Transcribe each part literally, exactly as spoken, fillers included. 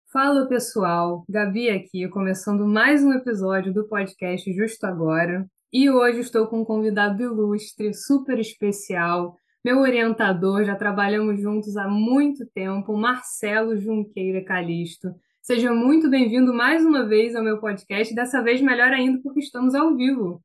Fala pessoal, Gabi aqui, começando mais um episódio do podcast Justo Agora. E hoje estou com um convidado ilustre, super especial, meu orientador, já trabalhamos juntos há muito tempo, Marcelo Junqueira Calisto. Seja muito bem-vindo mais uma vez ao meu podcast, dessa vez melhor ainda porque estamos ao vivo.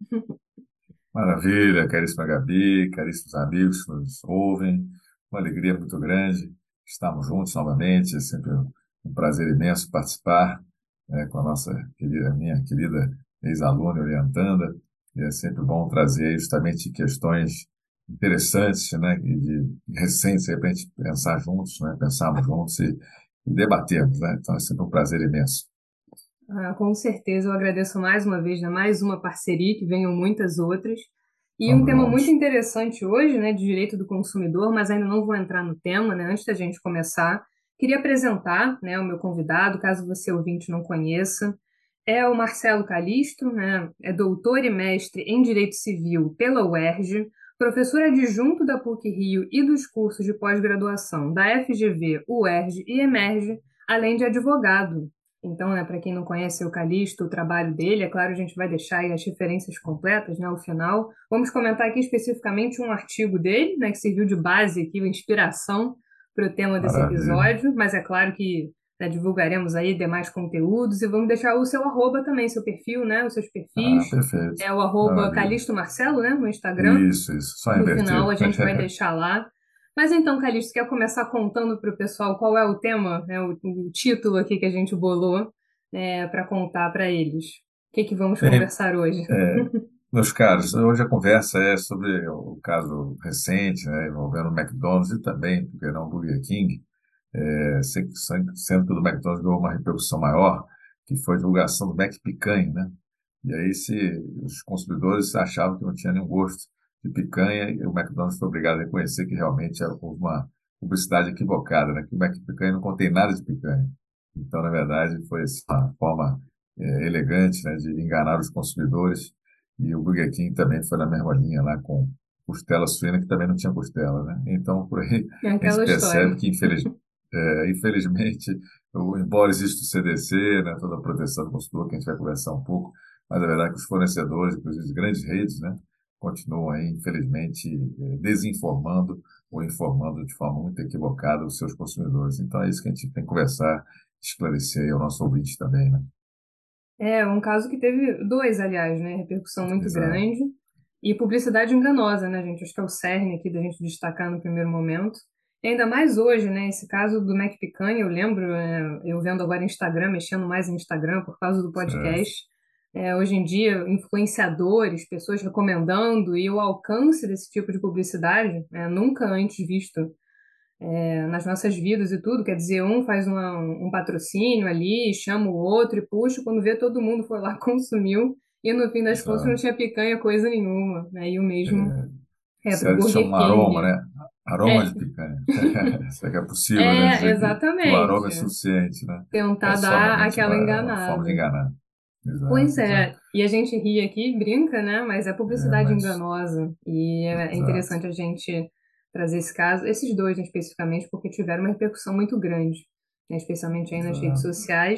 Maravilha, caríssima Gabi, caríssimos amigos que nos ouvem. Uma alegria muito grande estarmos juntos novamente. É sempre um um prazer imenso participar, né, com a nossa querida, minha querida ex-aluna e orientanda. E é sempre bom trazer aí justamente questões interessantes, né, e de, recentes para a gente pensar juntos, né, pensarmos juntos e, e debatermos, né? Então é sempre um prazer imenso. Ah, com certeza, eu agradeço mais uma vez, né, mais uma parceria, que venham muitas outras. E um Vamos tema muito juntos. interessante hoje, né, de direito do consumidor, mas ainda não vou entrar no tema, né, antes da gente começar. Queria apresentar, né, o meu convidado, caso você ouvinte não conheça. É o Marcelo Calisto, né, é doutor e mestre em Direito Civil pela U E R J, professor adjunto da PUC-Rio e dos cursos de pós-graduação da F G V, U E R J e Emerge, além de advogado. Então, né, para quem não conhece o Calixto, o trabalho dele, é claro, a gente vai deixar aí as referências completas, né, ao final. Vamos comentar aqui especificamente um artigo dele, né, que serviu de base aqui, inspiração para o tema desse Maravilha. episódio, mas é claro que, né, divulgaremos aí demais conteúdos e vamos deixar o seu arroba também, seu perfil, né, os seus Ah, perfis. perfeito. É o arroba Maravilha. Calixto Marcelo, né, no Instagram. Isso, isso. Só No final inverter. a gente vai deixar lá. Mas então, Calixto, quer começar contando para o pessoal qual é o tema, né, o, o título aqui que a gente bolou, né, para contar para eles? O que que vamos Bem, conversar hoje? é, meus caros, hoje a conversa é sobre o caso recente, né, envolvendo o McDonald's e também, porque não, o Burger King, é, se- sendo que o do McDonald's ganhou uma repercussão maior, que foi a divulgação do McPicanha, né? E aí se, os consumidores achavam que não tinha nenhum gosto de picanha e o McDonald's foi obrigado a reconhecer que realmente era uma publicidade equivocada, né? Que o McPicanha não contém nada de picanha. Então, na verdade, foi assim, uma forma é, elegante, né, de enganar os consumidores. E o Burger King também foi na mesma linha lá com costela suína, que também não tinha costela, né? Então, por aí É a gente aquela percebe história. que, infeliz, é, infelizmente, o- embora exista o C D C, né, toda a proteção do consumidor, que a gente vai conversar um pouco, mas a verdade é que os fornecedores, inclusive as grandes redes, né, continuam aí, infelizmente, eh, desinformando ou informando de forma muito equivocada os seus consumidores. Então é isso que a gente tem que conversar, esclarecer aí ao nosso ouvinte também, né? É um caso que teve dois, aliás, né? Repercussão muito Exato. grande. E publicidade enganosa, né, gente? Acho que é o cerne aqui da gente destacar no primeiro momento. E ainda mais hoje, né? Esse caso do Mac Picanha, eu lembro, é, eu vendo agora Instagram, mexendo mais em Instagram por causa do Certo. podcast. É, hoje em dia, influenciadores, pessoas recomendando e o alcance desse tipo de publicidade, é, nunca antes visto nas nossas vidas e tudo. Quer dizer, um faz uma- um patrocínio ali, chama o outro e puxa, quando vê todo mundo foi lá, consumiu, e no fim das contas não Exato. tinha picanha coisa nenhuma, né? E o mesmo é para o Sério, isso chama Burger um aroma, King. né? Aroma É, de picanha. Será que é possível, né, é, dizer que, que o aroma é exatamente. suficiente, né? É Tentar só dar realmente aquela uma, é uma forma de enganada. enganar. Pois Exato, exato. é, e a gente ri aqui, brinca, né? Mas é É, publicidade mas, enganosa. E é é exato. interessante a gente trazer esse caso, esses dois né, especificamente, porque tiveram uma repercussão muito grande, né, especialmente aí nas redes Exato. sociais.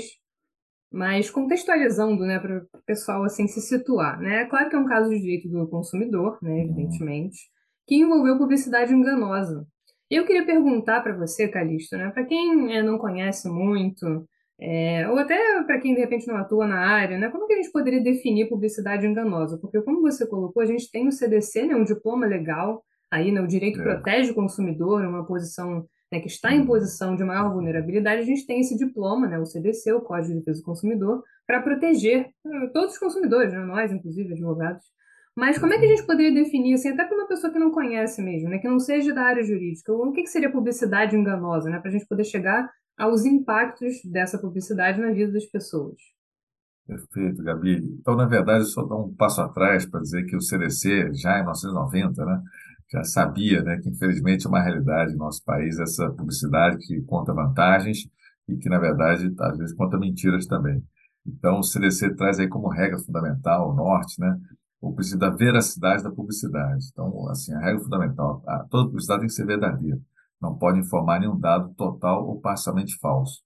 Mas contextualizando, né, para o pessoal assim se situar, né? É claro que é um caso de direito do consumidor, né, Hum, evidentemente, que envolveu publicidade enganosa. E eu queria perguntar para você, Calixto, né, para quem eh, não conhece muito, é, ou até para quem de repente não atua na área, né, como que a gente poderia definir publicidade enganosa? Porque como você colocou, a gente tem o C D C, né, um diploma legal, aí, né, o direito é. protege o consumidor, uma posição né, que está em Hum, posição de maior vulnerabilidade, a gente tem esse diploma, né, o C D C, o Código de Defesa do Consumidor, para proteger eh, todos os consumidores, né, nós, inclusive, advogados. Mas como é que a gente perfeito. poderia definir, assim, até para uma pessoa que não conhece mesmo, né, que não seja da área jurídica, o que que seria publicidade enganosa, né, para a gente poder chegar aos impactos dessa publicidade na vida das pessoas? Perfeito, Gabi. Então, na verdade, eu só dou um passo atrás para dizer que o C D C, já em mil novecentos e noventa, né, já sabia, né, que infelizmente é uma realidade no nosso país essa publicidade que conta vantagens e que, na verdade, às vezes conta mentiras também. Então, o C D C traz aí como regra fundamental, o norte, né, o princípio da veracidade da publicidade. Então, assim, a regra fundamental, a, toda publicidade tem que ser verdadeira. Não pode informar nenhum dado total ou parcialmente falso.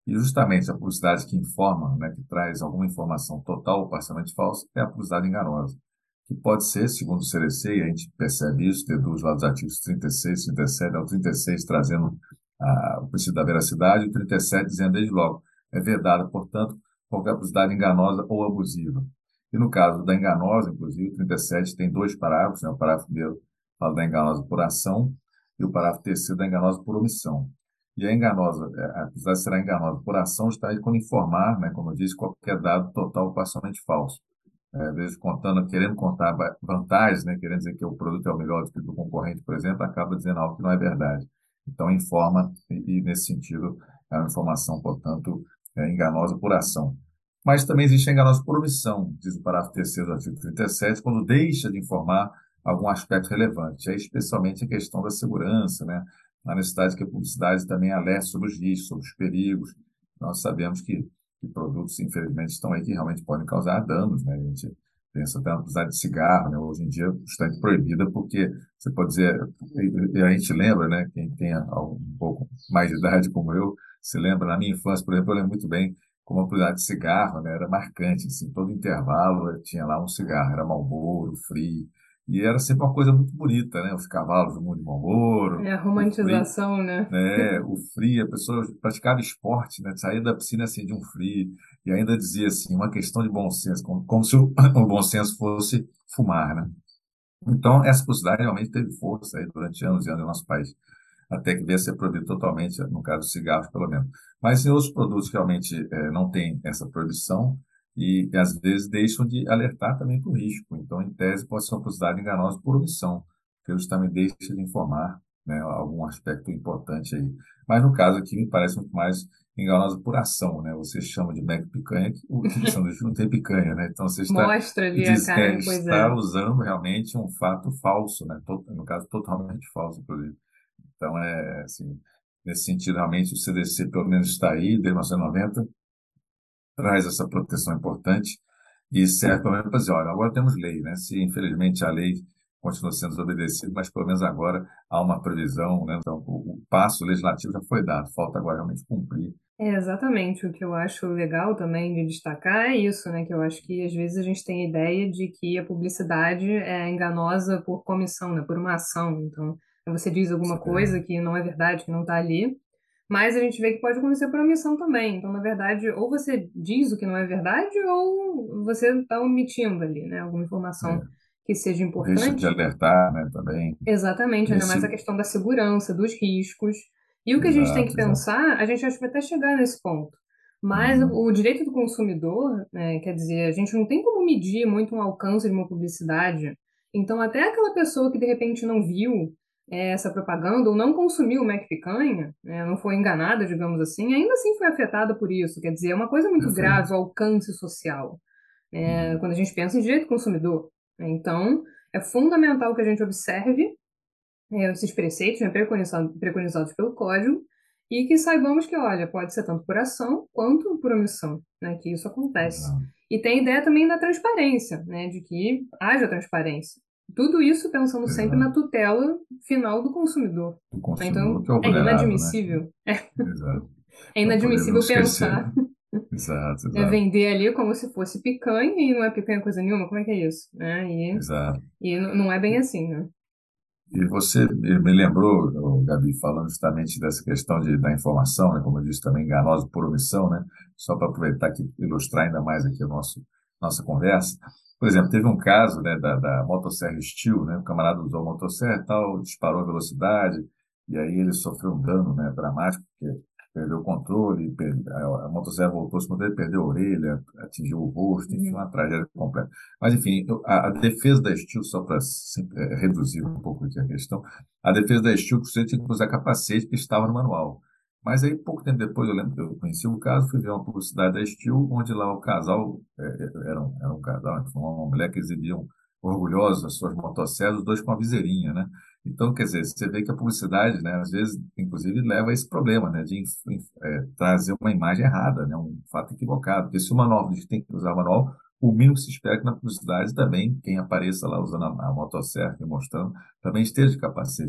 E justamente a publicidade que informa, né, que traz alguma informação total ou parcialmente falsa, é a publicidade enganosa, que pode ser, segundo o C D C, e a gente percebe isso, deduz lá dos artigos trinta e seis, trinta e sete, ao trinta e seis trazendo a, o princípio da veracidade, e o trinta e sete dizendo desde logo, é vedada, portanto, qualquer publicidade enganosa ou abusiva. E no caso da enganosa, inclusive, o trinta e sete tem dois parágrafos, né? O parágrafo primeiro fala da enganosa por ação e o parágrafo terceiro da enganosa por omissão. E a enganosa, é, a publicidade será enganosa por ação justamente quando informar, né, como eu disse, qualquer dado total ou parcialmente falso. É, às vezes contando, querendo contar va- vantagens, né, querendo dizer que o produto é o melhor do que o do concorrente, por exemplo, acaba dizendo algo que não é verdade. Então, informa, e, e nesse sentido, é uma informação, portanto, é, enganosa por ação. Mas também existe a enganosa por omissão, diz o parágrafo terceiro do artigo trinta e sete, quando deixa de informar algum aspecto relevante, aí especialmente a questão da segurança, né, a necessidade que a publicidade também alerte sobre os riscos, sobre os perigos. Nós sabemos que que produtos, infelizmente, estão aí que realmente podem causar danos, né? A gente pensa até na publicidade de cigarro, né? Hoje em dia é bastante proibida porque você pode dizer, e e a gente lembra, né? Quem tem um pouco mais de idade como eu, se lembra, na minha infância, por exemplo, eu lembro muito bem como a publicidade de cigarro, né? Era marcante, assim, todo intervalo eh, tinha lá um cigarro, era Marlboro, Free, e era sempre uma coisa muito bonita, né? Os cavalos do mundo de Marlboro, É a o Free, romantização, né? né? O free, a pessoa praticava esporte, né? Saía da piscina assim de um free e ainda dizia assim, uma questão de bom senso, como, como se o, o bom senso fosse fumar, né? Então, essa possibilidade realmente teve força aí durante anos e anos no nosso país, até que veio a ser proibido totalmente, no caso dos cigarros, pelo menos. Mas em outros produtos que realmente eh, não têm essa proibição e, às vezes, deixam de alertar também para o risco. Então, em tese, pode ser uma publicidade enganosa por omissão, porque justamente deixa de informar, né, algum aspecto importante aí. Mas, no caso aqui, me parece muito mais enganosa por ação, né? Você chama de Mac picanha, que o, o sanduíche não tem picanha, né? Então, você está, Mostra ali a diz, é, carne, pois está é. usando realmente um fato falso, né? To- No caso, totalmente falso, inclusive. Então, é assim, nesse sentido, realmente, o C D C, pelo menos, está aí, desde mil novecentos e noventa, traz essa proteção importante e serve, pelo menos, para dizer, olha, agora temos lei, né? Se, infelizmente, a lei continua sendo desobedecida, mas, pelo menos, agora há uma previsão, né? Então, o, o passo legislativo já foi dado, falta agora realmente cumprir. É exatamente o que eu acho legal também de destacar é isso, né? Que eu acho que às vezes a gente tem a ideia de que a publicidade é enganosa por comissão, né? Por uma ação. Então, você diz alguma coisa que não é verdade, que não está ali, mas a gente vê que pode acontecer por omissão também. Então, na verdade, ou você diz o que não é verdade, ou você está omitindo ali, né? Alguma É, informação que seja deixa de importante. alertar, né, também. Exatamente, ainda Esse, mais a questão da segurança, dos riscos. E o que a gente tem que exato, exato. pensar, a gente acho que vai até chegar nesse ponto. Mas Uhum, o o direito do consumidor, né, quer dizer, a gente não tem como medir muito um alcance de uma publicidade. Então, até aquela pessoa que de repente não viu eh, essa propaganda ou não consumiu o Mac Picanha, né, não foi enganada, digamos assim, ainda assim foi afetada por isso. Quer dizer, é uma coisa muito grave perfeito. o alcance social, né, Uhum, quando a gente pensa em direito do consumidor. Então, é fundamental que a gente observe é, esses preceitos, né, preconizados, preconizados pelo Código, e que saibamos que, olha, pode ser tanto por ação quanto por omissão, né, que isso acontece. exato. E tem a ideia também da transparência, né, de que haja transparência. Tudo isso pensando sempre na Exato. tutela final do consumidor, O né. consumidor Então, que é o é vulnerável, né? inadmissível, Exato. é Não inadmissível podemos esquecer. pensar, Exato, né, exato, vender ali como se fosse picanha e não é picanha coisa nenhuma, como é que é isso? Né? E, exato. e n- não é bem assim, né? E você me lembrou, ô, Gabi, falando justamente dessa questão de, da informação, né, como eu disse também, enganosa por omissão, né, só para aproveitar aqui, ilustrar ainda mais aqui a nosso, nossa conversa. Por exemplo, teve um caso, né, da, da motosserra Steel, né, o camarada usou a motosserra e tal, disparou a velocidade, e aí ele sofreu um dano, né, dramático, porque perdeu o controle, per- a, a motosserra voltou-se contra ele, perdeu a orelha, atingiu o rosto, enfim, Uhum. uma tragédia completa. Mas, enfim, eu- a, a defesa da Steel, só para reduzir um pouco aqui a questão, a defesa da Steel, você tinha que usar capacete que estava no manual. Mas aí, pouco tempo depois, eu lembro que eu conheci o caso, fui ver uma publicidade da Steel, onde lá o casal, é, é, era, um, era um casal, uma, uma mulher que exibiam orgulhosos as suas motosserras, os dois com a viseirinha, né? Então, quer dizer, você vê que a publicidade, né, às vezes, inclusive, leva a esse problema, né, de inf- inf- é, trazer uma imagem errada, né, um fato equivocado. Porque se o manual diz que tem que usar o manual, o mínimo que se espera é que na publicidade também, quem apareça lá usando a, a motosserra e mostrando, também esteja de capacete.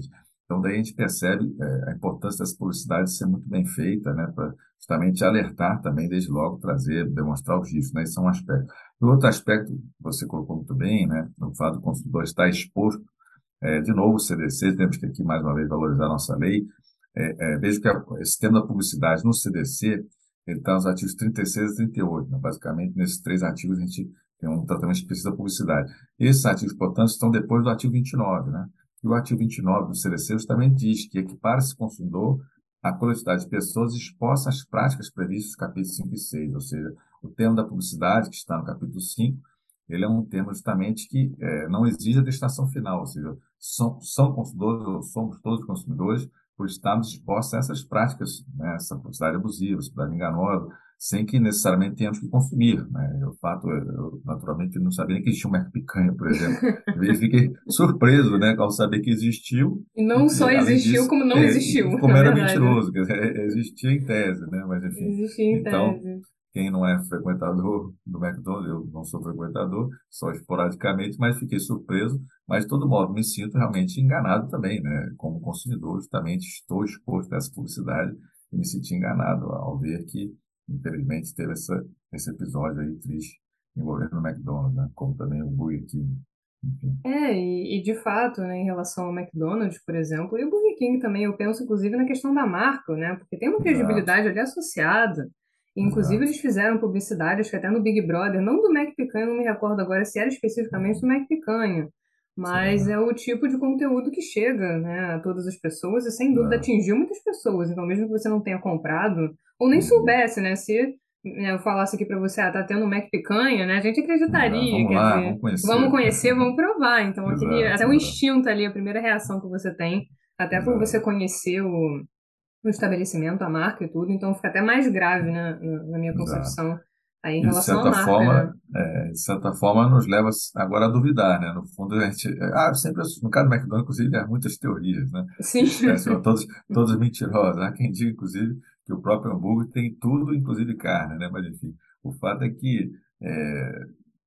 Então, daí a gente percebe é, a importância dessa publicidade ser muito bem feita, né, para justamente alertar também, desde logo, trazer, demonstrar os riscos, né, isso é um aspecto. O outro aspecto, que você colocou muito bem, né, no fato do consumidor estar exposto, é, de novo, o C D C, temos que aqui, mais uma vez, valorizar a nossa lei. É, é, vejo que a, esse tema da publicidade no C D C, ele está nos artigos trinta e seis e trinta e oito, né? Basicamente, nesses três artigos, a gente tem um tratamento específico da publicidade. Esses artigos, portanto, estão depois do artigo vinte e nove, né? E o artigo vinte e nove do C D C justamente diz que equipara esse consumidor à coletividade de pessoas expostas às práticas previstas nos capítulos cinco e seis, ou seja, o tema da publicidade, que está no capítulo cinco, ele é um tema justamente que é, não exige a destinação final, ou seja, são, são consumidores, ou somos todos consumidores, por estarmos expostos a essas práticas, né, essa publicidade abusiva, publicidade enganosa, sem que necessariamente tenhamos que consumir, né? O fato, eu naturalmente não sabia nem que existia um Mac Picanha, por exemplo. E fiquei surpreso, né, ao saber que existiu E não e, só e, além existiu, disso, como não é, existiu, como na era verdade. mentiroso, quer dizer, existia em tese, né, mas enfim. Existia em Então, tese. quem não é frequentador do McDonald's, eu não sou frequentador, só esporadicamente, mas fiquei surpreso. Mas, de todo modo, me sinto realmente enganado também, né? Como consumidor, justamente estou exposto a essa publicidade e me senti enganado ao ver que, infelizmente, teve essa, esse episódio aí triste envolvendo o McDonald's, né? Como também o Burger King, enfim. É, e, e de fato, né, em relação ao McDonald's, por exemplo, e o Burger King também, eu penso inclusive na questão da marca, né, porque tem uma Exato, credibilidade ali associada, e inclusive exato. eles fizeram publicidade, acho que até no Big Brother, não do Mac Picanha, não me recordo agora se era especificamente do Mac Picanha, mas Será? é o tipo de conteúdo que chega, né, a todas as pessoas e sem dúvida Exato. atingiu muitas pessoas, então mesmo que você não tenha comprado, ou nem Uhum. soubesse, né, se né, eu falasse aqui para você, ah, tá tendo Mac Picanha, né, a gente Exato. acreditaria, Vamos quer lá, dizer... vamos Vamos conhecer. conhecer, vamos provar. Então, aquele, Exato, até o exato, instinto ali, a primeira reação que você tem, até por você exato. conhecer o, o estabelecimento, a marca e tudo, então fica até mais grave, né, na, na minha Exato. concepção, aí em E, de relação à certa marca, né? forma, é, de certa forma, nos leva agora a duvidar, né? No fundo, a gente... Ah, sempre, no caso do McDonald's, inclusive, há muitas teorias, né? Sim. Eles parecem todas, todas mentirosas. Há quem diga, inclusive, que o próprio hambúrguer tem tudo, inclusive carne, né? Mas, enfim, o fato é que é,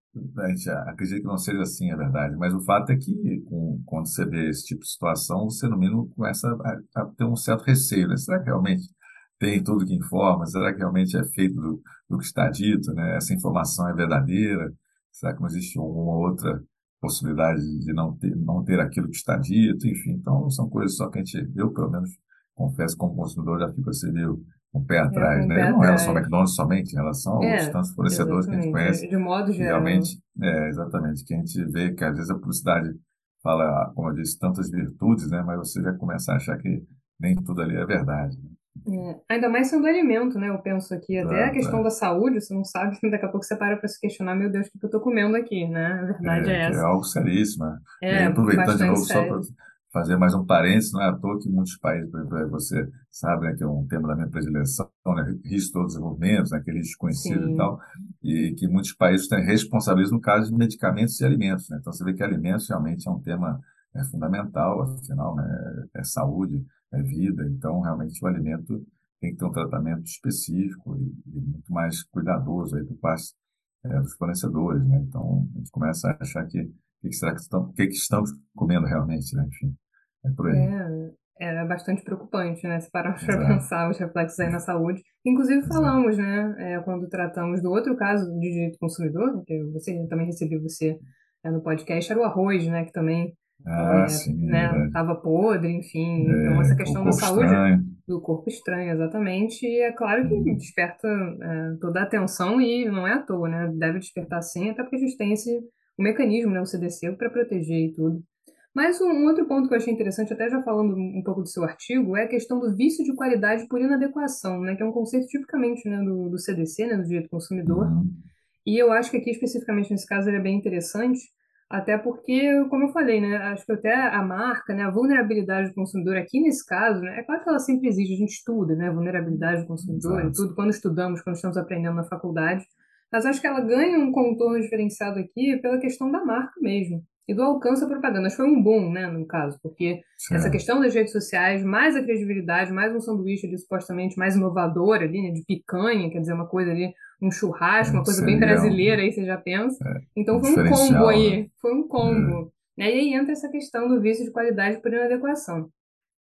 a gente acredita que não seja assim, é verdade. Mas o fato é que, com, quando você vê esse tipo de situação, você, no mínimo, começa a, a ter um certo receio, né? Será que realmente tem tudo que informa? Será que realmente é feito do, do que está dito, né? Essa informação é verdadeira? Será que não existe uma outra possibilidade de não ter, não ter aquilo que está dito? Enfim, então são coisas só que a gente, eu pelo menos, confesso, como consumidor, já fico assim meio com o pé É, com atrás, o né? pé Não em relação ao atrás. McDonald's somente, em relação aos É, tantos fornecedores que a gente exatamente. conhece, De modo que geral. realmente, é, exatamente, que a gente vê que às vezes a publicidade fala, como eu disse, tantas virtudes, né? Mas você já começa a achar que nem tudo ali é verdade, né? É, ainda mais sendo alimento, né? Eu penso aqui, até a Exato, questão da é. saúde, você não sabe, daqui a pouco você para para se questionar, meu Deus, o que que eu tô comendo aqui, né? A verdade É, é que é essa. algo seríssimo, né? E aí, É, aproveitando de bastante novo, só para sério. fazer mais um parênteses, não é à toa que muitos países, por exemplo, aí você sabe, né, que é um tema da minha predileção, né, risco do desenvolvimento, né, aqueles desconhecidos e Sim. tal, e que muitos países têm responsabilidade no caso de medicamentos e alimentos, né? Então, você vê que alimentos realmente é um tema é, fundamental, afinal, né, é saúde, é vida, então, realmente, o alimento tem que ter um tratamento específico e, e muito mais cuidadoso aí por parte é, dos fornecedores, né? Então, a gente começa a achar que o que que será que estão, o que que estamos comendo realmente, né? Enfim, é por aí. É, é bastante preocupante, né? Se pararmos para Exato, pensar os reflexos aí na saúde. Inclusive exato. falamos, né, é, quando tratamos do outro caso de direito do consumidor, que você também recebi você é, no podcast, era o arroz, né, que também Ah, é, sim, é né, verdade. estava podre, enfim. Então essa É, o questão da corpo saúde estranho. do corpo estranho, exatamente, e é claro que Hum, desperta é, toda a atenção e não é à toa, né? Deve despertar sim, até porque a gente tem esse o mecanismo, né, o C D C, para proteger e tudo. Mas um um outro ponto que eu achei interessante, até já falando um pouco do seu artigo, é a questão do vício de qualidade por inadequação, né, que é um conceito tipicamente, né, do, do C D C, né, do Direito do Consumidor. hum, E eu acho que aqui, especificamente nesse caso, ele é bem interessante, até porque, como eu falei, né, acho que até a marca, né, a vulnerabilidade do consumidor aqui nesse caso, né, é claro que ela sempre existe, a gente estuda, né, a vulnerabilidade do consumidor e exato. tudo, quando estudamos, quando estamos aprendendo na faculdade, mas acho que ela ganha um contorno diferenciado aqui pela questão da marca mesmo. E do alcance da propaganda. Acho que foi um boom, né, no caso, porque essa Certo. questão das redes sociais, mais a credibilidade, mais um sanduíche ali supostamente mais inovador ali, né, de picanha, quer dizer, uma coisa ali um churrasco, É, uma que coisa bem seria um, brasileira, aí você já pensa. um Então foi um combo diferencial, né? aí, foi um É, combo. E aí entra essa questão do vício de qualidade por inadequação.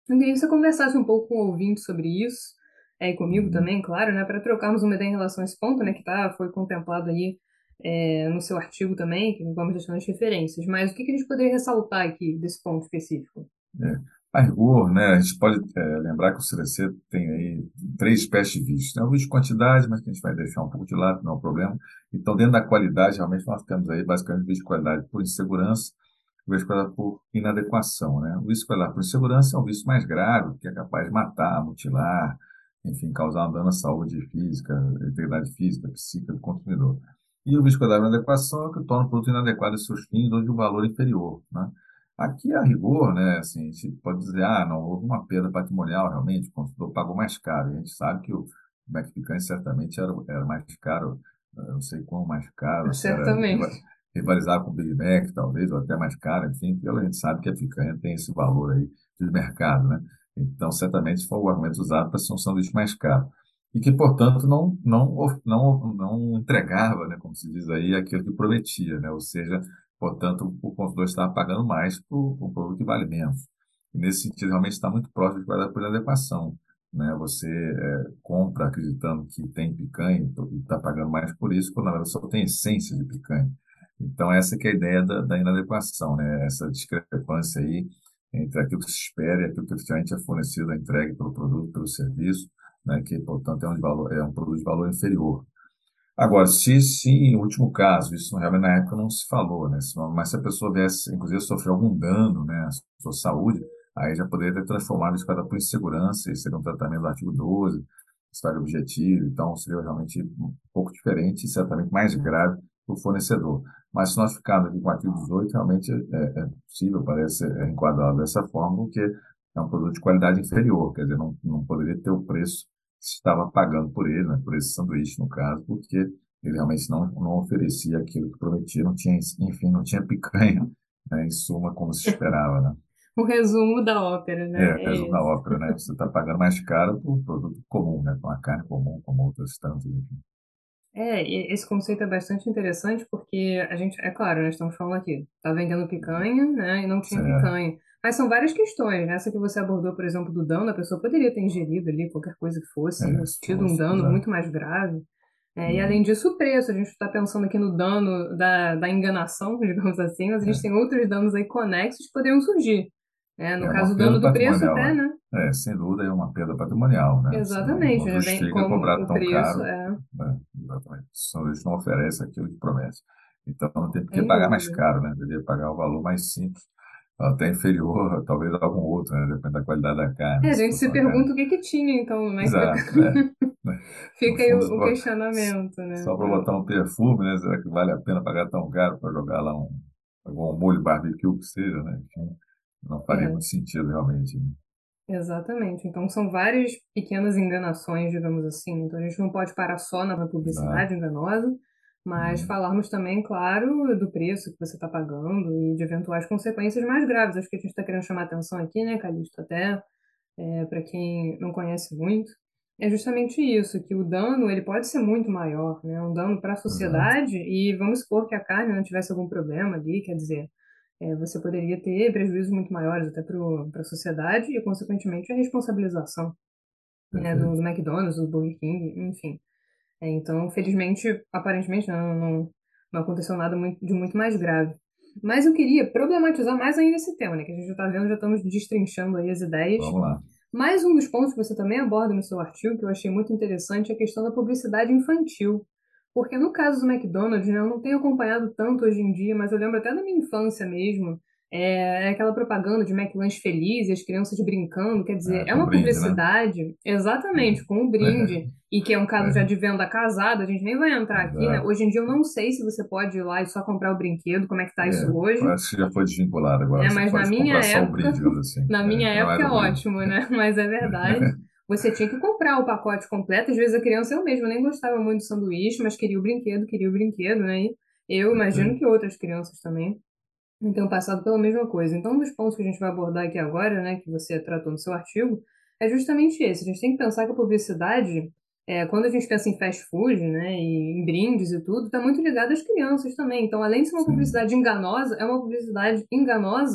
Eu queria que você conversasse um pouco com o ouvinte sobre isso, é, e comigo Uhum. também, claro, né, para trocarmos uma ideia em relação a esse ponto, né, que tá, foi contemplado aí é, no seu artigo também, que vamos deixando as referências. Mas o que que a gente poderia ressaltar aqui desse ponto específico? É. A rigor, né, a gente pode é, lembrar que o C V C tem aí três espécies de vícios. Tem o vício de quantidade, mas que a gente vai deixar um pouco de lado, não é um problema. Então, dentro da qualidade, realmente nós temos aí basicamente o vício de qualidade por insegurança, o vício de qualidade por inadequação, né? O vício de qualidade por insegurança é o vício mais grave, que é capaz de matar, mutilar, enfim, causar um dano à saúde física, integridade física, psíquica do consumidor. E o vício de qualidade por inadequação é o que torna o produto inadequado aos seus fins ou de um valor inferior, né? Aqui, a rigor, né, assim, a gente pode dizer, ah, não, houve uma perda patrimonial, realmente, o consumidor pagou mais caro. E a gente sabe que o Mac Picanha certamente era, era mais caro, eu não sei quão mais caro, se era riva- Certamente. rivalizar com o Big Mac, talvez, ou até mais caro, enfim, porque a gente sabe que a picanha tem esse valor aí de mercado, né? Então, certamente foi o argumento usado para ser um sanduíche mais caro. E que, portanto, não, não, of- não, não entregava, né, como se diz aí, aquilo que prometia, né? Ou seja, portanto, o consumidor está pagando mais por um produto que vale menos. E nesse sentido, realmente está muito próximo de guardar por inadequação, né? Você é, compra acreditando que tem picanha e está pagando mais por isso, quando na verdade só tem essência de picanha. Então, essa que é a ideia da, da inadequação, né? Essa discrepância aí entre aquilo que se espera e aquilo que efetivamente é fornecido, é entregue pelo produto, pelo serviço, né? Que, portanto, é um, de valor, é um produto de valor inferior. Agora, se, se em último caso, isso realmente na época não se falou, né? Se- Mas se a pessoa viesse, inclusive, sofrer algum dano, né, à sua saúde, aí já poderia ter transformado isso para por insegurança, e seria um tratamento do artigo doze, história objetiva, então seria realmente um pouco diferente e certamente mais grave para o fornecedor. Mas se nós ficarmos aqui com o artigo dezoito, realmente é, é possível, parece é enquadrado dessa forma, porque é um produto de qualidade inferior, quer dizer, não, não poderia ter o preço se estava pagando por ele, né, por esse sanduíche, no caso, porque ele realmente não, não oferecia aquilo que prometia, não tinha, enfim, não tinha picanha, né, em suma, como se esperava, né? O resumo da ópera, né? É, É resumo da esse. ópera, né? Você está pagando mais caro por um produto comum, né? Com a carne comum, como outras tantas, enfim. É, e esse conceito é bastante interessante porque a gente, é claro, nós estamos falando aqui, tá vendendo picanha, né, e não tinha Certo. picanha. Mas são várias questões, né? Essa que você abordou, por exemplo, do dano, a pessoa poderia ter ingerido ali qualquer coisa que fosse, É, e se tido um fosse, dano exato. muito mais grave. É, e além Uhum. disso, o preço, a gente está pensando aqui no dano da, da enganação, digamos assim, mas a gente É, tem outros danos aí conexos que poderiam surgir. É, no é caso, uma o perda dano do preço até, patrimonial, né? é. É, sem dúvida é uma perda patrimonial, né? Você não, Exatamente, não né? Vem justifica como cobrar o tão preço, caro, é, né? Exatamente. O sanduíche não oferece aquilo que promete. Então, não tem por que sem pagar mais dúvida. caro, né? Deveria pagar o valor mais simples, até inferior, talvez a algum outro, né? Depende da qualidade da É, carne, a se gente fosse se uma carne. pergunta o que que tinha, então, no Mac Exato, né? Bacon. Né? No Fica aí fundo, o, o questionamento, né? só para botar um perfume, né? Será que vale a pena pagar tão caro para jogar lá um, algum molho barbecue que seja, né? Enfim, não faria É, muito sentido realmente, né? exatamente. Então, são várias pequenas enganações, digamos assim. Então, a gente não pode parar só na Exato. publicidade enganosa, mas Uhum. falarmos também, claro, do preço que você está pagando e de eventuais consequências mais graves. Acho que a gente está querendo chamar atenção aqui, né, Calixto, até para quem não conhece muito, é justamente isso, que o dano ele pode ser muito maior, né? Um dano para a Exato. sociedade e vamos supor que a carne não tivesse algum problema ali, quer dizer, é, você poderia ter prejuízos muito maiores até para a sociedade e, consequentemente, a responsabilização, né, do, Perfeito. do McDonald's, do Burger King, enfim. É, então, felizmente, aparentemente, não, não, não aconteceu nada muito, de muito mais grave. Mas eu queria problematizar mais ainda esse tema, né? Que a gente já está vendo, já estamos destrinchando aí as ideias. Vamos lá. Mais um dos pontos que você também aborda no seu artigo, que eu achei muito interessante, é a questão da publicidade infantil. Porque no caso do McDonald's, né, eu não tenho acompanhado tanto hoje em dia, mas eu lembro até da minha infância mesmo, é, é aquela propaganda de McLanche feliz e as crianças brincando, quer dizer, É, é com uma brinde, né? publicidade exatamente com o brinde, e que é um caso já É, de venda casada, a gente nem vai entrar aqui, né? exato. Hoje em dia eu não sei se você pode ir lá e só comprar o brinquedo, como é que tá É, isso hoje, parece que já foi desvinculado agora. né? Você Mas na pode minha comprar só o época, brinde, digamos assim, na é, minha que não época era é o brinde. ótimo, né? Mas é verdade. Você tinha que comprar o pacote completo. Às vezes a criança, eu mesma nem gostava muito do sanduíche, mas queria o brinquedo, queria o brinquedo, né? E eu imagino Perfeito. que outras crianças também tenham passado pela mesma coisa. Então, um dos pontos que a gente vai abordar aqui agora, né, que você tratou no seu artigo, é justamente esse. A gente tem que pensar que a publicidade, é, quando a gente pensa em fast food, né, e em brindes e tudo, está muito ligada às crianças também. Então, além de ser uma Sim, publicidade enganosa, é uma publicidade enganosa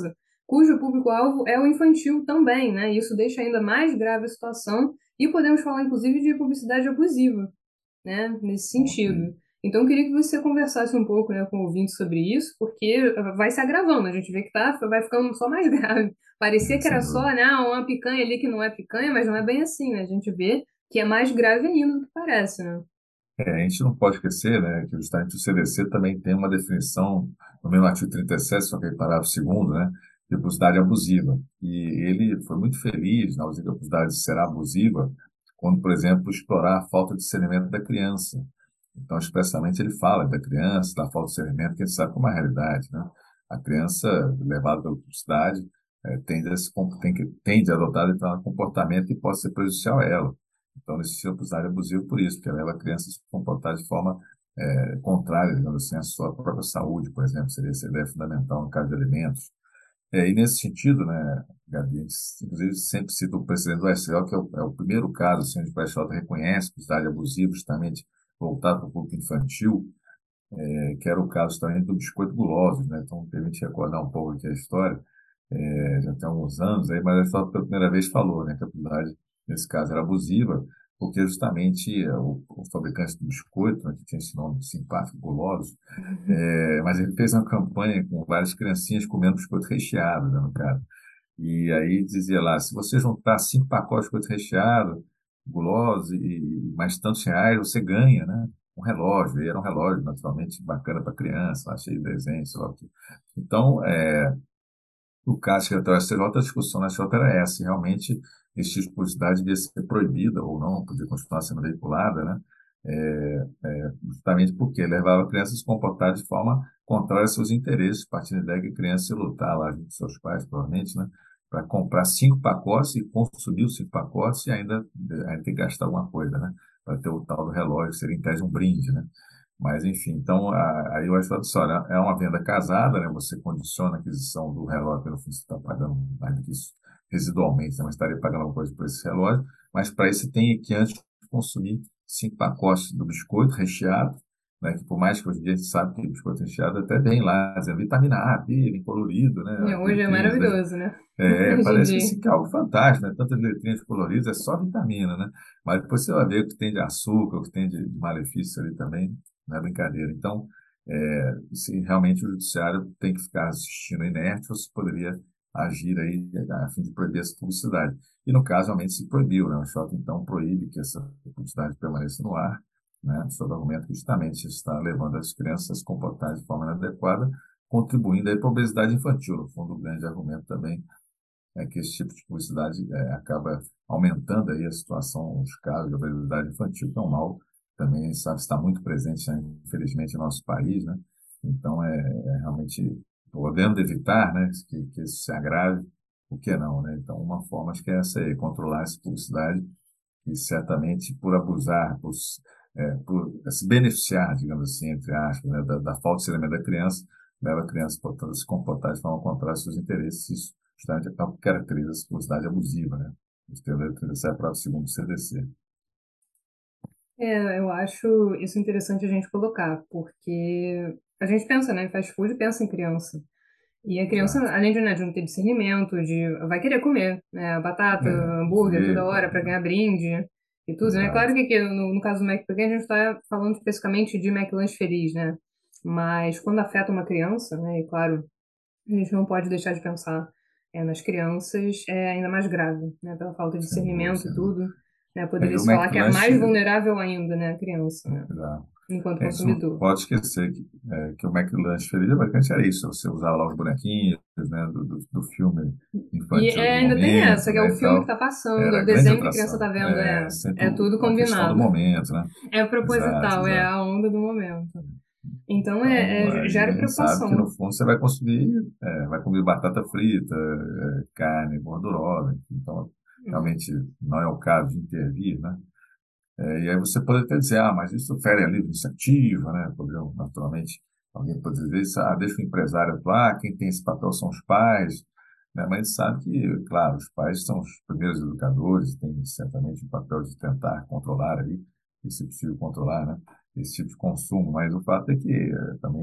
cujo público-alvo é o infantil também, né? Isso deixa ainda mais grave a situação e podemos falar, inclusive, de publicidade abusiva, né? Nesse Ok, sentido. Então, eu queria que você conversasse um pouco, né, com o ouvinte sobre isso, porque vai se agravando, a gente vê que tá, vai ficando só mais grave. Parecia que era sem só, dúvida. né, ah, uma picanha ali que não é picanha, mas não é bem assim, né? A gente vê que é mais grave ainda do que parece, né? É, a gente não pode esquecer, né, que justamente o C D C também tem uma definição, no mesmo artigo trinta e sete, só que aí parágrafo segundo, né, de publicidade abusiva. E ele foi muito feliz na ausência da publicidade ser abusiva, quando, por exemplo, explorar a falta de discernimento da criança. Então, expressamente, ele fala da criança, da falta de discernimento, que a gente sabe como é a realidade, né? A criança, levada pela publicidade, eh, tende a, se, com- tem que, tende a adotar determinado comportamento que pode ser prejudicial a ela. Então, nesse tipo de publicidade abusiva por isso, porque ela leva a criança a se comportar de forma eh, contrária, digamos assim, à sua própria saúde, por exemplo, seria essa ideia fundamental no caso de alimentos. É, e nesse sentido, né, Gabi, a gente, inclusive sempre cita o presidente do S T L, que é o, é o primeiro caso assim, onde o S T L reconhece publicidade abusiva, justamente voltado para o público infantil, é, que era o caso também do biscoito guloso, né? Então, permite recordar um pouco aqui a história, é, já tem alguns anos aí, mas a história pela primeira vez falou, né, que a publicidade, nesse caso, era abusiva, porque justamente é, o, o fabricante do biscoito, né, que tinha esse nome simpático, guloso, é, mas ele fez uma campanha com várias criancinhas comendo biscoito recheado, né, no caso. E aí dizia lá, se você juntar cinco pacotes de biscoito recheado, guloso e mais tantos reais, você ganha, né? Um relógio. E era um relógio, naturalmente, bacana para criança, lá, cheio de desenho, sei lá o quê. Então, é, o caso que até o S T J, a discussão na S T J era essa, se realmente esse tipo de publicidade devia ser proibida ou não, podia continuar sendo veiculada, né? É, é, justamente porque levava a criança a se comportar de forma contrária aos seus interesses, partindo da ideia que a criança ia lutar lá junto com seus pais, provavelmente, né? Para comprar cinco pacotes e consumir os cinco pacotes e ainda, ainda ter que gastar alguma coisa, né? Para ter o tal do relógio, que seria em tese um brinde, né? Mas, enfim, então, a- aí eu acho que olha, é uma venda casada, né? Você condiciona a aquisição do relógio, pelo fim, você está pagando mais do que isso residualmente, né? Mas estaria pagando alguma coisa por esse relógio, mas para isso você tem que antes consumir cinco pacotes do biscoito recheado, né? Que por mais que hoje em dia a gente sabe que biscoito recheado até vem lá, dizendo vitamina A, B, bem colorido, né? E As hoje é letrinhas, né? maravilhoso, né? É, Hoje em parece que dia. sim, que é algo fantástico, né? Tantas letrinhas coloridas, é só vitamina, né? Mas depois você vai ver o que tem de açúcar, o que tem de, de malefício ali também, não é brincadeira. Então, é, se realmente o judiciário tem que ficar assistindo inerte, ou se poderia agir aí a fim de proibir essa publicidade. E no caso, realmente se proibiu, né? O Xota, então, proíbe que essa publicidade permaneça no ar, né? Sob o argumento que justamente está levando as crianças a se comportarem de forma inadequada, contribuindo aí para a obesidade infantil. No fundo, o grande argumento também é que esse tipo de publicidade é, acaba aumentando aí a situação, os casos de obesidade infantil, que é um mal que também, sabe, está muito presente, né, infelizmente, no nosso país, né? Então, é, é realmente podendo evitar, né, que, que isso se agrave, por que não, né? Então, uma forma, acho que é essa aí, controlar essa publicidade e certamente por abusar, por, é, por se beneficiar, digamos assim, entre aspas, né, da, da falta de discernimento da criança, leva a criança, portanto, a se comportar de forma contrária aos seus interesses. Isso justamente é o que caracteriza a publicidade abusiva, né? Os termos da trinta e sete para segundo o C D C. É, eu acho isso interessante a gente colocar, porque a gente pensa, né, em fast food, pensa em criança. E a criança, Exato. além de, né, de não ter discernimento, de, vai querer comer, né, batata, É, hambúrguer toda ver, hora para ganhar brinde e tudo, né? Claro exato. que aqui, no, no caso do Mac Pequeno, a gente está falando especificamente de McLanche Feliz, né? Mas quando afeta uma criança, né, e claro, a gente não pode deixar de pensar é, nas crianças, é ainda mais grave, né? Pela falta de Sem dúvida, discernimento e sem dúvida. tudo, né? É, e o Poderia-se falar que é McLanche, mais vulnerável ainda, né? A criança, né? exato. Enquanto É, a gente não consumidor. pode esquecer que, é, que o McLanche Feliz, basicamente era isso, você usava lá os bonequinhos, né, do, do, do filme E infantil é, do ainda tem essa, momento, que é o né, e filme que tal. tá passando, é Era o a grande desenho que a criança tá atração. vendo, É é, sempre é tudo a questão do combinado. momento, né? É Exato, proposital, é exato. a onda do momento. Então, Então, é, é- aí gera a gente sabe que no preocupação. fundo você vai consumir, é, vai comer batata frita, é, carne gordurosa. Então, realmente não é o caso de intervir, né? É, e aí você pode até dizer, ah, mas isso fere a livre iniciativa, né? Poderiam, naturalmente, alguém pode dizer isso, ah, deixa o empresário atuar, quem tem esse papel são os pais, né? Mas a gente sabe que, claro, os pais são os primeiros educadores, têm certamente o papel de tentar controlar aí, e se possível controlar, né? Esse tipo de consumo, mas o fato é que eh, também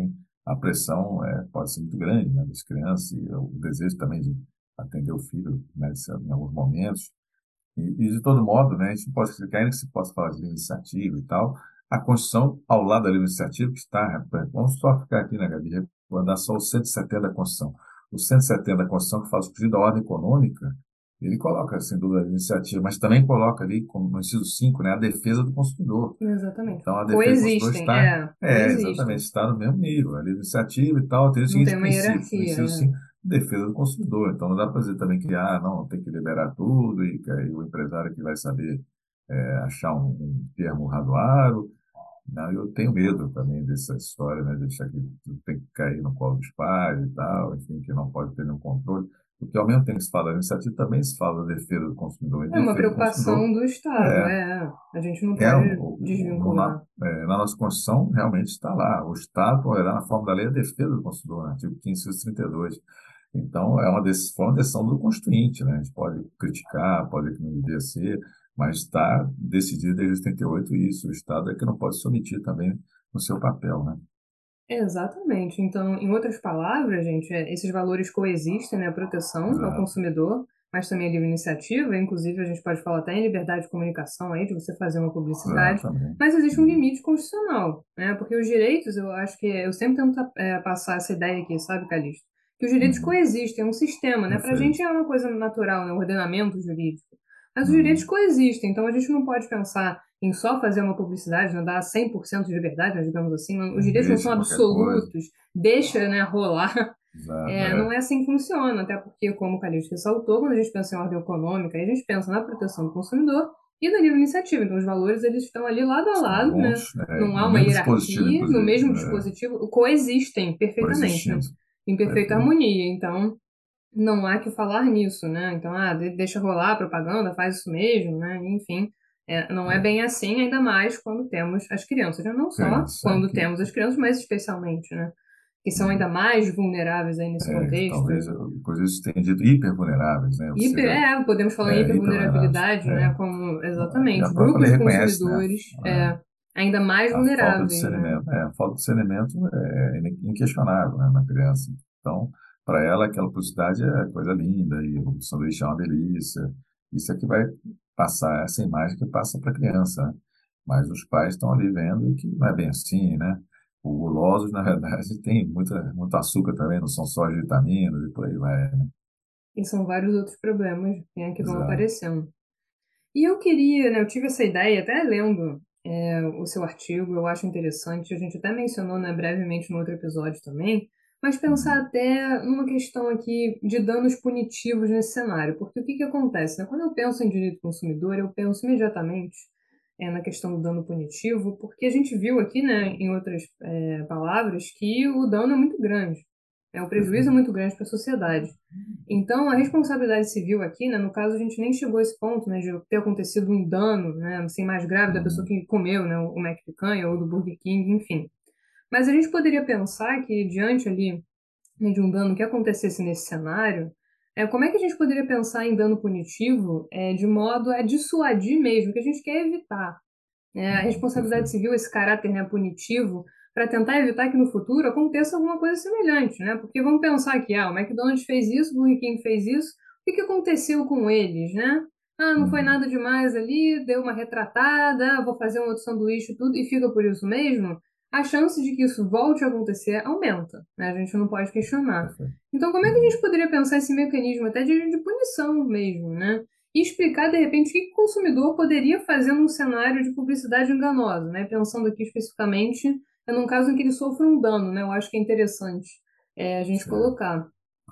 a pressão é, pode ser muito grande, né, das crianças e o desejo também de atender o filho, né, de ser- em alguns momentos. E, e, de todo modo, né, a gente pode explicar, ainda que se possa falar de livre iniciativa e tal, a Constituição, ao lado da livre iniciativa, que está, vamos só ficar aqui, né, Gabi, recordar só o cento e setenta da Constituição. O cento e setenta da Constituição, que faz o pedido da ordem econômica, ele coloca, sem dúvida, a livre iniciativa, mas também coloca ali, como no inciso cinco, né, a defesa do consumidor. Exatamente. Então, a defesa do consumidor Coexistem, está, é, é, exatamente, coexistem. está no mesmo nível. A livre iniciativa e tal, tem o Não tem seguinte uma princípio, no hierarquia, inciso é. cinco, defesa do consumidor. Então, não dá para dizer também que, ah, não, tem que liberar tudo e que aí o empresário que vai saber é, achar um, um termo razoável. Não, eu tenho medo também dessa história, né, de deixar que tudo tem que cair no colo dos pais e tal, enfim, que não pode ter nenhum controle. Porque, ao mesmo tempo que se fala da iniciativa, também se fala da defesa do consumidor. E É uma defesa do preocupação consumidor do Estado, é é. A gente não é, pode o- o- no- na, desvincular. é, na nossa Constituição, realmente está lá. O Estado poderá, na forma da lei, a defesa do consumidor, no artigo quinze, inciso trinta e dois. Então, é uma decisão, foi uma decisão do Constituinte, né? A gente pode criticar, pode dizer que não devia ser, mas está decidido desde oitenta e oito isso. O Estado é que não pode se omitir também no seu papel, né? Exatamente. Então, em outras palavras, gente, é, esses valores coexistem, né? A proteção ao Exato. consumidor, mas também a livre iniciativa. Inclusive, a gente pode falar até em liberdade de comunicação aí, de você fazer uma publicidade. Exato, também. Mas existe um Uhum. limite constitucional, né? Porque os direitos, eu acho que eu sempre tento é, passar essa ideia aqui, sabe, Calixto? Que os direitos Uhum. coexistem, é um sistema, né? Para a gente Perfeito. é uma coisa natural, né? O ordenamento jurídico. Mas os direitos Uhum. coexistem, então a gente não pode pensar em só fazer uma publicidade, não dar cem por cento de liberdade, né, digamos assim. Os É, direitos não são deixa qualquer coisa. absolutos, deixa, né, rolar. Exato, É, não é. é assim que funciona, até porque, como o Calixto ressaltou, quando a gente pensa em ordem econômica, a gente pensa na proteção do consumidor e na livre iniciativa. Então, os valores eles estão ali lado a Estão lado, né? juntos, né? Não há No uma mesmo dispositivo, hierarquia, no inclusive, mesmo né? dispositivo, coexistem perfeitamente, né? Coexistindo. Em perfeita Perfeito. harmonia. Então, não há que falar nisso, né? Então, ah, de- deixa rolar a propaganda, faz isso mesmo, né? Enfim, é, não é É. bem assim, ainda mais quando temos as crianças. Já não só Criança, é, quando que, temos as crianças, mas especialmente, né? Que são ainda uhum. mais vulneráveis aí nesse É, contexto. talvez, inclusive, se tenha dito hipervulneráveis, né? Ou Hiper, seja, é, podemos falar em é, hipervulneráveis. hipervulnerabilidade, né? É. Como E a exatamente própria grupos lei de reconhece, né? consumidores É, é, ainda mais a falta de vulneráveis, né? discernimento. É, a falta de discernimento é inquestionável, né, na criança. Então, para ela, aquela publicidade é coisa linda e o sanduíche é uma delícia. Isso é que vai passar essa imagem que passa para a criança, né? Mas os pais estão ali vendo que não é bem assim, né? O gulosos, na verdade, tem muita, muito açúcar também, não são só as vitaminas e por aí vai, né? E são vários outros problemas, né, que vão Exato. aparecendo. E eu queria, né, eu tive essa ideia, até lendo é, o seu artigo, eu acho interessante, a gente até mencionou, né, brevemente no outro episódio também, mas pensar Uhum. até numa questão aqui de danos punitivos nesse cenário, porque o que que acontece, né? Quando eu penso em direito do consumidor, eu penso imediatamente é, na questão do dano punitivo, porque a gente viu aqui, né, em outras é, palavras, que o dano é muito grande, né, o prejuízo é Perfeito. muito grande para a sociedade. Então, a responsabilidade civil aqui, né, no caso, a gente nem chegou a esse ponto, né, de ter acontecido um dano, né, assim, mais grave da pessoa Uhum. que comeu, né, o Mac picanha ou do Burger King, enfim. Mas a gente poderia pensar que, diante ali, né, de um dano que acontecesse nesse cenário, é, como é que a gente poderia pensar em dano punitivo é, de modo a dissuadir mesmo, que a gente quer evitar, né, a Uhum. responsabilidade Perfeito. civil, esse caráter, né, punitivo, para tentar evitar que no futuro aconteça alguma coisa semelhante, né? Porque vamos pensar que ah, o McDonald's fez isso, o Burger King fez isso, o que que aconteceu com eles, né? Ah, não foi Uhum. nada demais ali, deu uma retratada, ah, vou fazer um outro sanduíche e tudo, e fica por isso mesmo. A chance de que isso volte a acontecer aumenta, né? A gente não pode questionar. Perfeito. Então, como é que a Uhum. gente poderia pensar esse mecanismo até de, de punição mesmo, né? E explicar, de repente, o que que o consumidor poderia fazer num cenário de publicidade enganosa, né? Pensando aqui especificamente é num caso em que ele sofre um dano, né? Eu acho que é interessante é, a gente Certo. colocar.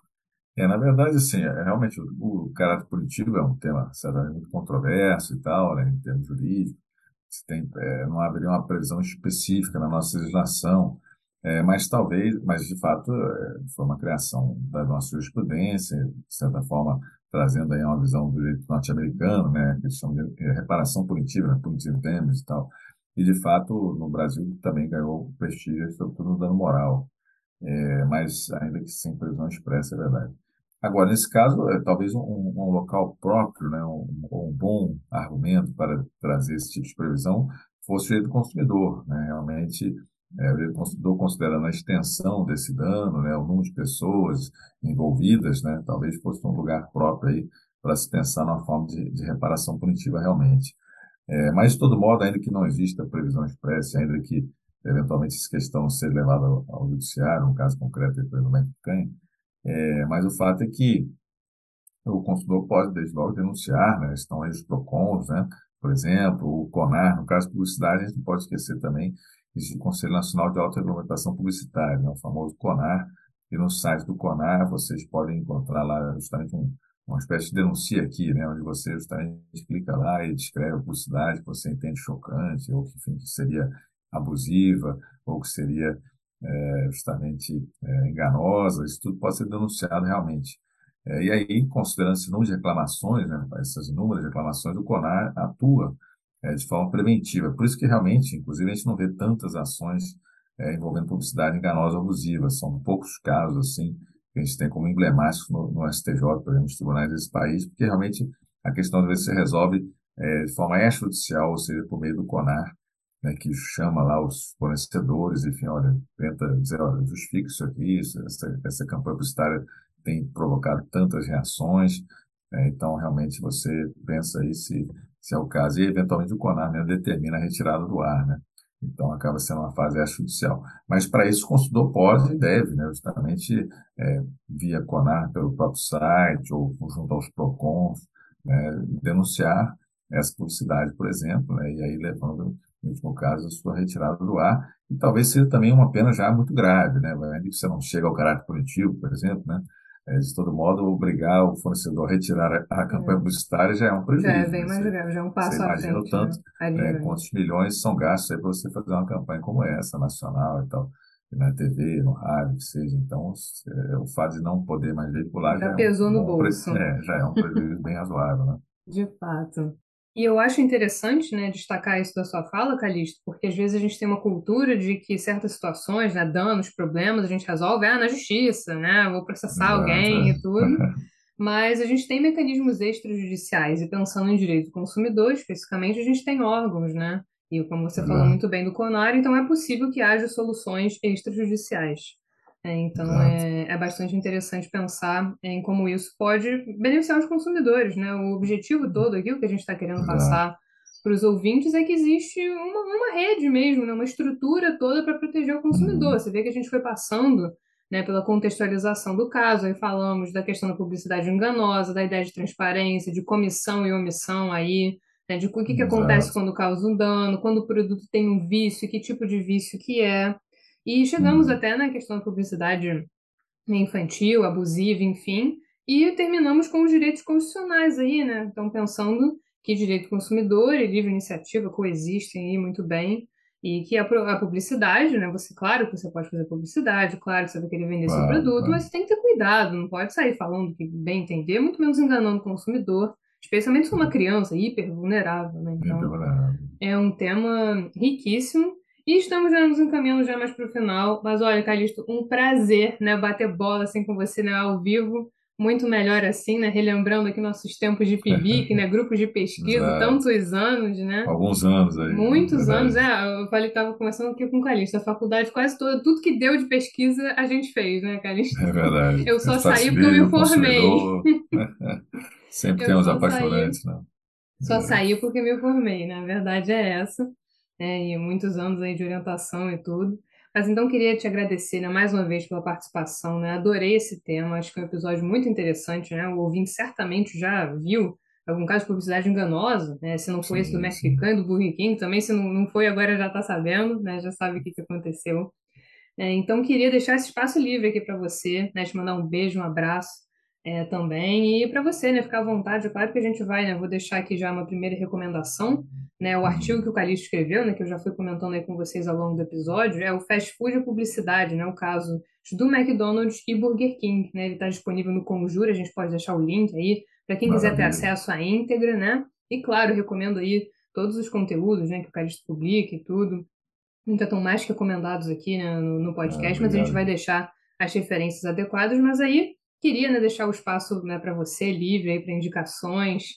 É, na verdade, assim, é, realmente o, o caráter punitivo é um tema certamente muito controverso e tal, né, em termos jurídicos. Se tem, é, não haveria uma previsão específica na nossa legislação, é, mas talvez, mas de fato é, foi uma criação da nossa jurisprudência, de certa forma trazendo aí uma visão do direito norte-americano, né, que eles chamam de é, reparação punitiva, né, punitive damage e tal. E de fato no Brasil também ganhou prestígio, sobretudo no dano moral, é, mas ainda que sem previsão expressa, é verdade. Agora, nesse caso, é, talvez um, um um local próprio, né, um, um bom argumento para trazer esse tipo de previsão fosse o direito do consumidor, né, realmente É, eu estou considerando a extensão desse dano, né, o número de pessoas envolvidas, né, talvez fosse um lugar próprio aí para se pensar numa forma de, de reparação punitiva realmente. É, mas, de todo modo, ainda que não exista previsão expressa, ainda que eventualmente essa questão seja levada ao, ao judiciário, no caso concreto, aí, por exemplo, do Canha, é, mas o fato é que o consumidor pode, desde logo, denunciar, né? Estão aí os PROCONs, né? Por exemplo, o CONAR, no caso de publicidade, a gente não pode esquecer também existe o Conselho Nacional de Autorregulamentação Publicitária, né? O famoso CONAR, e no site do CONAR vocês podem encontrar lá justamente um, uma espécie de denuncia aqui, né? Onde você justamente clica lá e descreve a publicidade que você entende chocante, ou que, enfim, que seria abusiva, ou que seria é, justamente é, enganosa, isso tudo pode ser denunciado realmente. É, e aí, considerando esse número de reclamações, né, essas inúmeras reclamações, o CONAR atua é, de forma preventiva. Por isso que realmente, inclusive, a gente não vê tantas ações é, envolvendo publicidade enganosa ou abusiva. São poucos casos assim que a gente tem como emblemáticos no, no S T J, por exemplo, nos tribunais desse país, porque realmente a questão às vezes se resolve é, de forma extrajudicial, ou seja, por meio do CONAR, né, que chama lá os fornecedores, enfim, olha, tenta dizer, olha, justifique isso aqui, isso, essa, essa campanha publicitária tem provocado tantas reações, né, então realmente você pensa aí se, se é o caso, e eventualmente o CONAR mesmo determina a retirada do ar, né? Então acaba sendo uma fase extrajudicial. Mas para isso o consumidor pode e deve, né, justamente é, via CONAR pelo próprio site ou junto aos PROCONs, né, denunciar essa publicidade, por exemplo, né, e aí levando no último caso, a sua retirada do ar, e talvez seja também uma pena já muito grave, né? Ainda que você não chega ao caráter punitivo, por exemplo, né? É, de todo modo, obrigar o fornecedor a retirar a, a campanha É, publicitária já é um já é prejuízo, bem né? mais Você, grave, já é um você passo à imagina o frente, né? tanto, né, Adiante. quantos milhões são gastos aí para você fazer uma campanha como essa, nacional e tal, e na T V, no rádio, que seja. Então, é, o fato de não poder mais veicular Já já é um pesou no bom, pre- bolso. é, já é um prejuízo bem razoável, né? De fato. E eu acho interessante, né, destacar isso da sua fala, Calixto, porque às vezes a gente tem uma cultura de que certas situações, né, danos, problemas, a gente resolve, ah, na justiça, né, vou processar Exato. alguém e tudo, mas a gente tem mecanismos extrajudiciais, e pensando em direito do consumidor, especificamente, a gente tem órgãos, né, e como você falou Exato. muito bem do CONAR, então é possível que haja soluções extrajudiciais. É, então, Exato. é, é bastante interessante pensar em como isso pode beneficiar os consumidores, né? O objetivo todo aqui, o que a gente está querendo Exato. passar para os ouvintes é que existe uma, uma rede mesmo, né? Uma estrutura toda para proteger o consumidor. Uhum. Você vê que a gente foi passando, né, pela contextualização do caso, aí falamos da questão da publicidade enganosa, da ideia de transparência, de comissão e omissão aí, né, de o que que acontece Exato. quando causa um dano, quando o produto tem um vício, que tipo de vício que é. E chegamos Uhum. até na questão da publicidade infantil, abusiva, enfim, e terminamos com os direitos constitucionais aí, né? Então, pensando que direito do consumidor e livre iniciativa coexistem aí muito bem, e que a, pro- a publicidade, né? Você, claro que você pode fazer publicidade, claro que você vai querer vender seu Claro, produto, claro. mas você tem que ter cuidado, não pode sair falando que bem entender, muito menos enganando o consumidor, especialmente se for uma criança hiper vulnerável, né? Bem Então, preparado. é um tema riquíssimo. E estamos já nos encaminhando já mais para o final. Mas olha, Calixto, um prazer, né, bater bola assim com você, né, ao vivo. Muito melhor assim, né, relembrando aqui nossos tempos de PIBIC, né, grupos de pesquisa, Exato. tantos anos, né? Alguns anos aí, né? Muitos anos, Verdade. é, eu falei, estava conversando aqui com o Calixto, a faculdade quase toda, tudo que deu de pesquisa a gente fez, né, Calixto? É verdade. Eu só Estado saí porque eu me civil, formei. consumidor. Sempre tem Eu uns só saí apaixonantes, né? Só É. saí porque me formei, né? A verdade é essa, né? E muitos anos aí de orientação e tudo. Mas então queria te agradecer, né, mais uma vez pela participação, né? Adorei esse tema, acho que é um episódio muito interessante, né? O ouvinte certamente já viu algum caso de publicidade enganosa, né? Se não foi esse do Sim, Mexican sim. e do Burger King, também se não, não foi agora já está sabendo, né? Já sabe o que que aconteceu. É, então, queria deixar esse espaço livre aqui para você, né? Te mandar um beijo, um abraço é, também. E para você, né? Ficar à vontade. É claro que a gente vai, né? Vou deixar aqui já uma primeira recomendação, né? O artigo que Uhum. o Calixto escreveu, né? Que eu já fui comentando aí com vocês ao longo do episódio, é o Fast Food e Publicidade, né? O caso do McDonald's e Burger King, né? Ele está disponível no Conjura, a gente pode deixar o link aí para quem quiser ter Maravilha. acesso à íntegra, né? E claro, recomendo aí todos os conteúdos, né? Que o Calixto publica e tudo. Nunca estão mais que recomendados aqui, né, no, no Ah, podcast, mas a gente obrigado. vai deixar as referências adequadas. Mas aí queria, né, deixar o espaço, né, para você livre aí para indicações,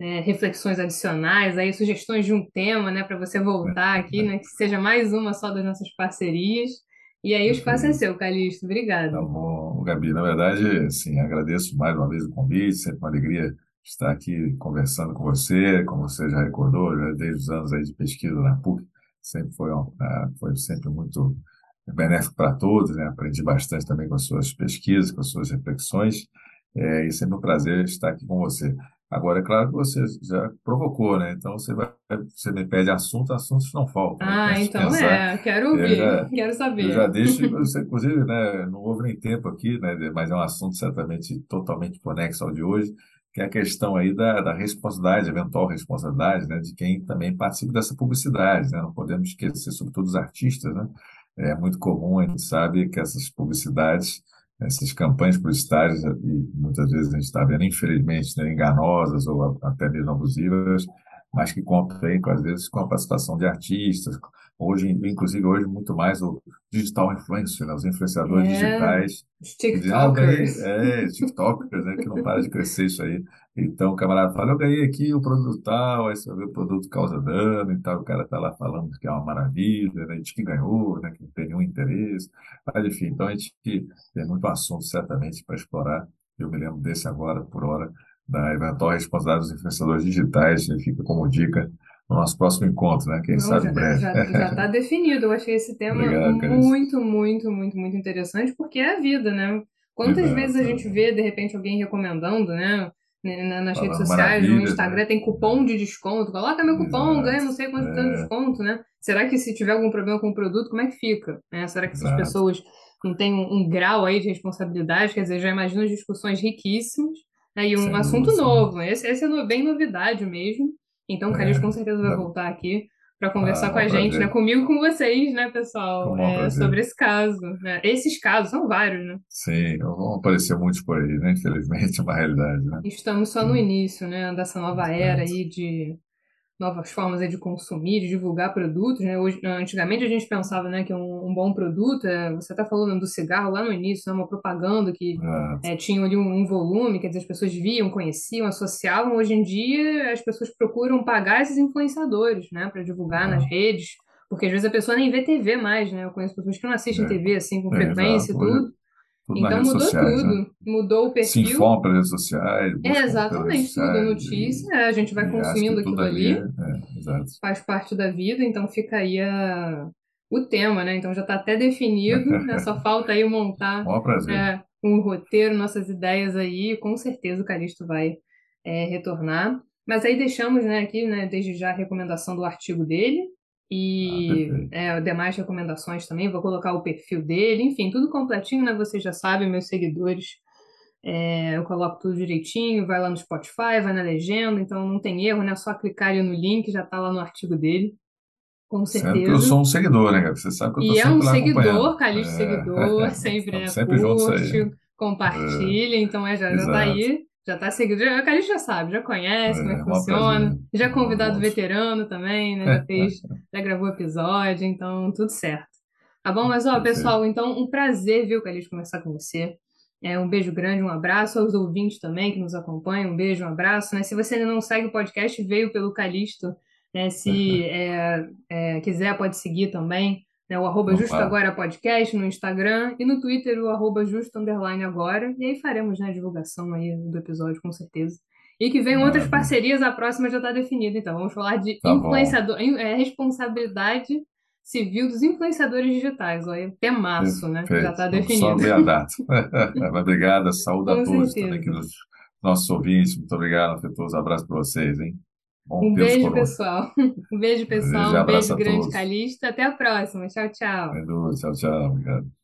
é, reflexões adicionais, aí sugestões de um tema, né, para você voltar aqui, né, que seja mais uma só das nossas parcerias. E aí o espaço é Perfeito. seu, Calixto. Tá Obrigada. bom, Gabi. Na verdade, assim, agradeço mais uma vez o convite, sempre uma alegria estar aqui conversando com você, como você já recordou, já desde os anos aí de pesquisa na PUC, sempre foi, um, ah, foi sempre muito benéfico para todos, né? Aprendi bastante também com as suas pesquisas, com as suas reflexões, é, e sempre um prazer estar aqui com você. Agora, é claro que você já provocou, né? Então, você vai, você me pede assunto, assuntos não faltam, né? Ah, Começa a então pensar, é, quero eu ouvir, já quero eu já saber. deixo, você, inclusive, né, não houve nem tempo aqui, né, mas é um assunto certamente totalmente conexo ao de hoje, que é a questão aí da, da responsabilidade, eventual responsabilidade, né, de quem também participa dessa publicidade, né, não podemos esquecer, sobretudo os artistas, né, é muito comum, a gente sabe que essas publicidades, essas campanhas publicitárias, e muitas vezes a gente está vendo, infelizmente, né, enganosas ou até mesmo abusivas, mas que contam aí, com, às vezes, com a participação de artistas, hoje, inclusive hoje, muito mais o digital influencer, né? Os influenciadores É, digitais os que dizem, ah, eu ganhei, TikTokers. é, TikTokers, né? Que não para de crescer isso aí. Então o camarada fala, eu ganhei aqui o produto tal, aí você vai ver o produto causa dano e tal, o cara tá lá falando que é uma maravilha, né? De que ganhou, né? Que não tem nenhum interesse. Mas enfim, então a gente tem muito assunto certamente para explorar. Eu me lembro desse agora, por hora, da eventual responsabilidade dos influenciadores digitais, e fica como dica no nosso próximo encontro, né? Quem Não, sabe já, em breve. já, já está definido. Eu achei esse tema Obrigado, Carício. muito, muito, muito, muito interessante, porque é a vida, né? Quantas vezes a Exato. gente vê, de repente, alguém recomendando, né? né, na- Nas redes Falando sociais, no maravilhas, né? Instagram, tem cupom de desconto. Coloca meu cupom, ganha Exato. não sei quanto por cento de É, desconto, né? Será que se tiver algum problema com o produto, como é que fica? Né? Será que essas exato. pessoas não têm um, um grau aí de responsabilidade? Quer dizer, já imagino as discussões riquíssimas, né? E um Sem dúvida, assunto sem dúvida. novo. Esse, esse é no- bem novidade mesmo. Então, o Calixto com É, certeza vai da- voltar aqui para ah, conversar com um a gente, né? prazer. Comigo e com vocês, né, Com pessoal? o maior É, prazer. sobre esse caso, né? Esses casos são vários, né? Sim, vão aparecer muitos por aí, né? Infelizmente, é uma realidade, né? Estamos só no Sim, início, né, dessa nova era exato. aí de novas formas aí de consumir, de divulgar produtos, né? Hoje, antigamente a gente pensava, né, que um, um bom produto, é, você está falando do cigarro lá no início, né, uma propaganda que Exato. é, tinha ali um, um volume, quer dizer, as pessoas viam, conheciam, associavam. Hoje em dia as pessoas procuram pagar esses influenciadores, né, para divulgar nas Ah, redes, porque às vezes a pessoa nem vê T V mais, né? Eu conheço pessoas que não assistem T V assim com é, é, frequência exato. e Hoje é tudo. tudo nas Então redes mudou sociais, né? tudo, mudou o Se perfil. informam pelas redes sociais, É buscam pelas redes exatamente tudo, sociais notícia, é, a gente vai e, e acho que consumindo tudo aquilo ali é, ali, é, exato. faz parte da vida, então fica aí a, o tema, né? Então já está até definido, né? Só falta aí montar Maior prazer. é, um roteiro, nossas ideias aí, com certeza o Calixto vai é, retornar. Mas aí deixamos, né, aqui, né, desde já a recomendação do artigo dele Ah, e perfeito. é, demais recomendações também, vou colocar o perfil dele, enfim, tudo completinho, né? Vocês já sabem, meus seguidores. É, eu coloco tudo direitinho, vai lá no Spotify, vai na legenda, então não tem erro, né? É só clicar ali no link, já está lá no artigo dele, com Sendo que eu certeza. sou um seguidor, né, Gabi? Você sabe que eu estou E é um sempre lá acompanhando. seguidor, Calixto seguidor, É, sempre, estamos né? sempre juntos aí. Curte, É, compartilha, então é, já, já tá exato. aí, já tá seguido. Já- O Calixto já sabe, já conhece como é que É, maior funciona. prazer. Já é Vamos convidado juntos. veterano também, né? Já fez, já gravou episódio, então tudo certo. Tá bom? Mas, ó, Perfeito. pessoal, então um prazer, viu, Calixto, conversar com você. É, um beijo grande, um abraço aos ouvintes também que nos acompanham. Um beijo, um abraço, né? Se você ainda não segue o podcast, veio pelo Calixto, né? Se é, é, quiser, pode seguir também, né? O arroba Vamos Justo lá. Agora Podcast no Instagram e no Twitter o arroba Justo Underline Agora. E aí faremos, né, a divulgação aí do episódio, com certeza. E que venham outras Maravilha. parcerias, a próxima já está definida. Então, vamos falar de Tá bom. influenciador, é, responsabilidade civil dos influenciadores digitais. Olha, temaço, né? Já Perfeito. está Vamos só definido. ver a data. Mas obrigado. Saúde a Com todos também, que certeza. nos, nossos ouvintes. Muito obrigado, afetuoso abraço para vocês, hein? Bom Um tê-los beijo, conosco. pessoal. Um beijo, pessoal. Beijo e Um abraço beijo a grande, todos. Calista. Até a próxima. Tchau, tchau. Sem dúvida. Tchau, tchau. Obrigado.